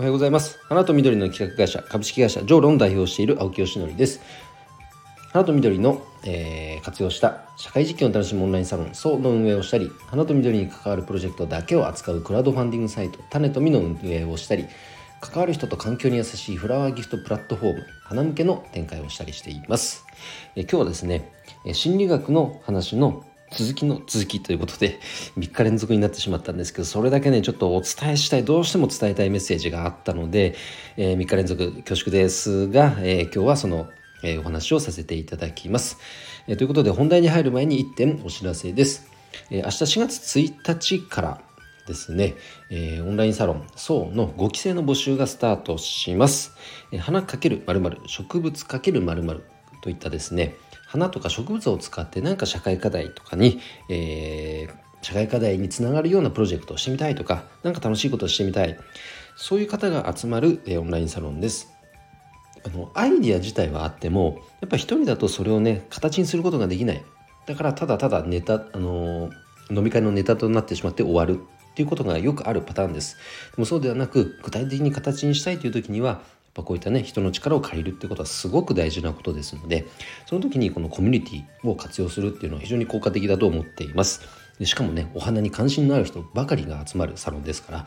おはようございます。花と緑の企画会社株式会社ジョーロン代表をしている青木よしのりです。花と緑の、活用した社会実験を楽しむオンラインサロンソの運営をしたり、花と緑に関わるプロジェクトだけを扱うクラウドファンディングサイト種と実の運営をしたり、関わる人と環境に優しいフラワーギフトプラットフォーム花向けの展開をしたりしています。今日はですね、心理学の話の続きということで3日連続になってしまったんですけど、それだけねちょっとお伝えしたい、どうしても伝えたいメッセージがあったので、3日連続恐縮ですが、今日はその、お話をさせていただきます。ということで本題に入る前に1点お知らせです。明日4月1日からですね、オンラインサロンソの5期生の募集がスタートします。花×○○植物×○○といったですね、花とか植物を使って何か社会課題とかに、社会課題につながるようなプロジェクトをしてみたいとか、何か楽しいことをしてみたい、そういう方が集まる、オンラインサロンです。アイディア自体はあってもやっぱり一人だとそれをね形にすることができない。だからただただネタ、飲み会のネタとなってしまって終わるっていうことがよくあるパターンです。でもそうではなく、具体的に形にしたいという時にはこういったね人の力を借りるってことはすごく大事なことですので、その時にこのコミュニティを活用するっていうのは非常に効果的だと思っています。でしかもね、お花に関心のある人ばかりが集まるサロンですから、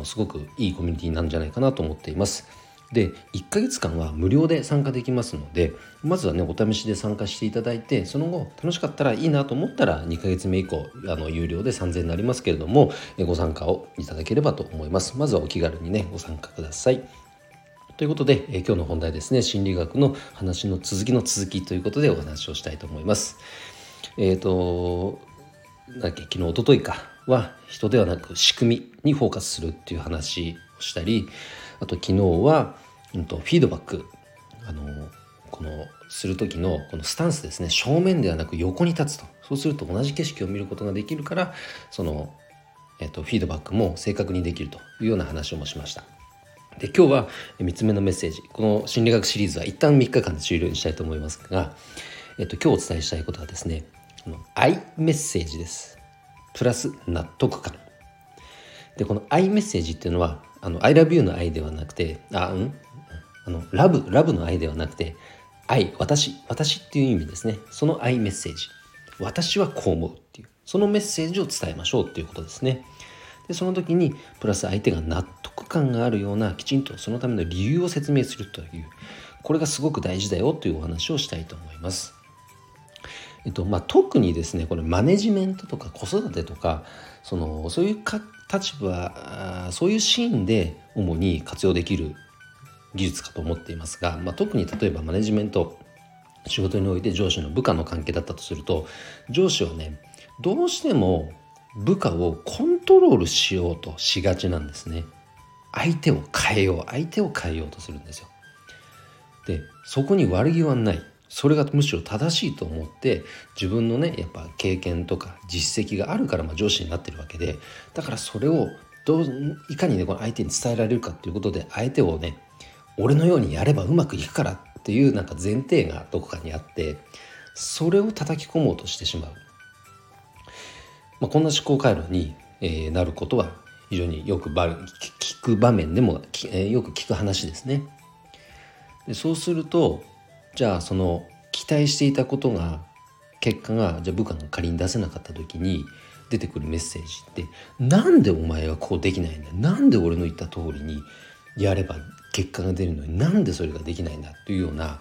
すごくいいコミュニティなんじゃないかなと思っています。で1ヶ月間は無料で参加できますので、まずはねお試しで参加していただいて、その後楽しかったらいいなと思ったら2ヶ月目以降有料で3000円になりますけれども、ご参加をいただければと思います。まずはお気軽にねご参加ください。ということで、今日の本題ですね、心理学の話の続きということでお話をしたいと思います。昨日一昨日かは人ではなく仕組みにフォーカスするっていう話をしたり、あと昨日は、フィードバック、このする時のこのスタンスですね、正面ではなく横に立つと、そうすると同じ景色を見ることができるから、その、フィードバックも正確にできるというような話をもしました。で今日は3つ目のメッセージ、この心理学シリーズは一旦3日間で終了にしたいと思いますが、今日お伝えしたいことはですね、愛メッセージです。プラス納得感で、この愛メッセージっていうのはI love you の愛ではなくて、ラブの愛ではなくて、私っていう意味ですね。その愛メッセージ、私はこう思うっていう、そのメッセージを伝えましょうっていうことですね。でその時にプラス相手が納得感があるような、きちんとそのための理由を説明するという、これがすごく大事だよというお話をしたいと思います。特にですね、これマネジメントとか子育てとか、そういう立場、そういうシーンで主に活用できる技術かと思っていますが、特に例えばマネジメント、仕事において上司の部下の関係だったとすると、上司はねどうしても部下をコントロールしようとしがちなんですね。相手を変えようとするんですよ。でそこに悪気はない、それがむしろ正しいと思って、自分のねやっぱ経験とか実績があるから上司になってるわけで、だからそれをいかにねこの相手に伝えられるかっていうことで、相手をね俺のようにやればうまくいくからっていうなんか前提がどこかにあって、それを叩き込もうとしてしまう、こんな思考回路に、なることは非常によく聞く場面でも、よく聞く話ですね。でそうすると、じゃあその期待していたことが、結果がじゃあ部下が仮に出せなかった時に出てくるメッセージって、なんでお前はこうできないんだ、なんで俺の言った通りにやれば結果が出るのになんでそれができないんだというような、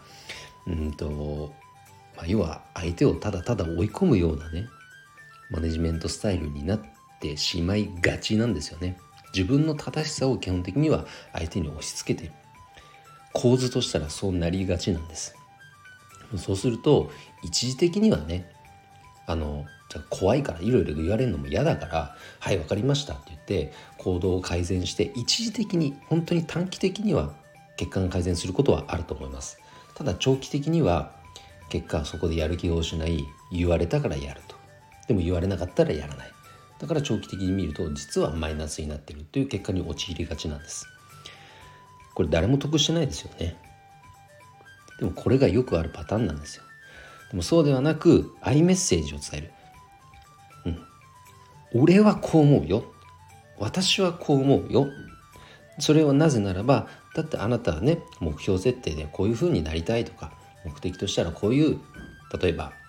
要は相手をただただ追い込むようなねマネジメントスタイルになってしまいがちなんですよね。自分の正しさを基本的には相手に押し付けている構図としたらそうなりがちなんです。そうすると一時的にはね、じゃあ怖いからいろいろ言われるのも嫌だから、はい分かりましたって言って行動を改善して、一時的に本当に短期的には結果が改善することはあると思います。ただ長期的には結果はそこでやる気を失い、言われたからやると、でも言われなかったらやらない、だから長期的に見ると実はマイナスになっているという結果に陥りがちなんです。これ誰も得してないですよね。でもこれがよくあるパターンなんですよ。でもそうではなく、愛メッセージを伝える、俺はこう思うよ、私はこう思うよ、 それはなぜならば、だってあなたはね、目標設定でこういうふうになりたいとか、目的としたらこういう、例えば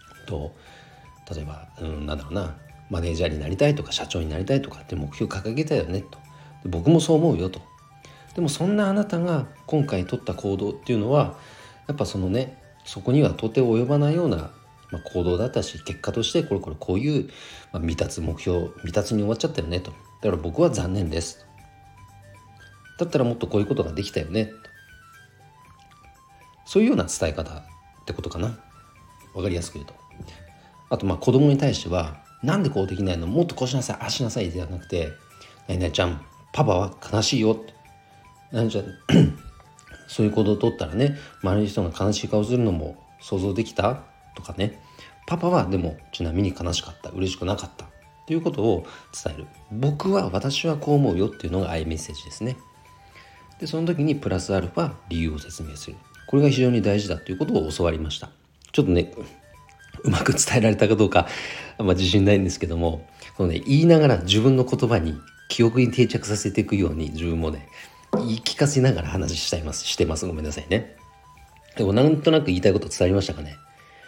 なんだろうな、マネージャーになりたいとか社長になりたいとかって目標掲げたよねと。で僕もそう思うよと。でもそんなあなたが今回取った行動っていうのは、やっぱそこには到底及ばないような、行動だったし、結果としてこういう、未達に終わっちゃったよねと。だから僕は残念です。だったらもっとこういうことができたよねと。そういうような伝え方ってことかな。わかりやすく言うと。あと子供に対しては、なんでこうできないの、もっとこうしなさい、ああしなさいではなくて、何々ちゃん、パパは悲しいよって。何々ちゃんそういう行動を取ったらね、周りの人が悲しい顔するのも想像できたとかね、パパはでもちなみに悲しかった、嬉しくなかったということを伝える。私はこう思うよっていうのが I メッセージですね。でその時にプラスアルファ理由を説明する。これが非常に大事だということを教わりました。ちょっとね、うまく伝えられたかどうか、自信ないんですけども、言いながら自分の言葉に記憶に定着させていくように、自分もね、言い聞かせながら話してます。ごめんなさいね。でもなんとなく言いたいこと伝わりましたかね。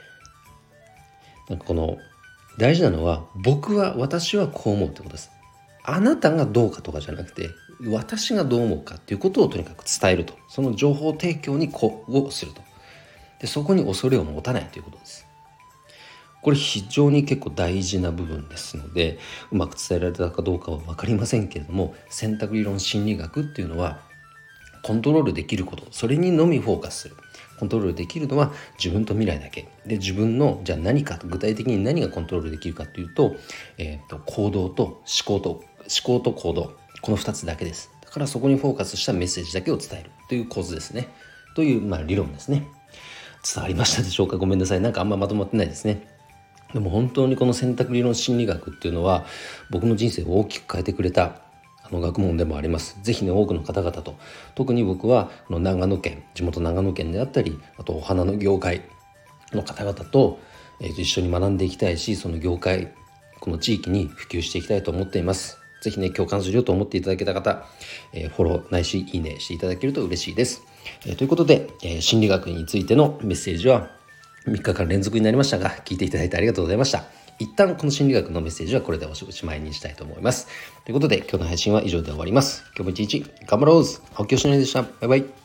大事なのは、私はこう思うってことです。あなたがどうかとかじゃなくて、私がどう思うかっていうことをとにかく伝えると。その情報提供にをすると。でそこに恐れを持たないということです。これ非常に結構大事な部分ですので、うまく伝えられたかどうかは分かりませんけれども、選択理論心理学っていうのはコントロールできること、それにのみフォーカスする。コントロールできるのは自分と未来だけで、自分のじゃあ何か、具体的に何がコントロールできるかというと、行動と思考と行動、この2つだけです。だからそこにフォーカスしたメッセージだけを伝えるという構図ですね、という、理論ですね。伝わりましたでしょうか。ごめんなさい、なんかあんままとまってないですね。でも本当にこの選択理論心理学っていうのは僕の人生を大きく変えてくれた学問でもあります。ぜひね、多くの方々と、特に僕は地元長野県であったり、あとお花の業界の方々と、一緒に学んでいきたいし、その業界、この地域に普及していきたいと思っています。ぜひね、共感するよと思っていただけた方、フォローないしいいねしていただけると嬉しいです。ということで、心理学についてのメッセージは3日間連続になりましたが、聞いていただいてありがとうございました。一旦この心理学のメッセージはこれでおしまいにしたいと思います。ということで今日の配信は以上で終わります。今日も一日頑張ろう。青木よしのりでした。バイバイ。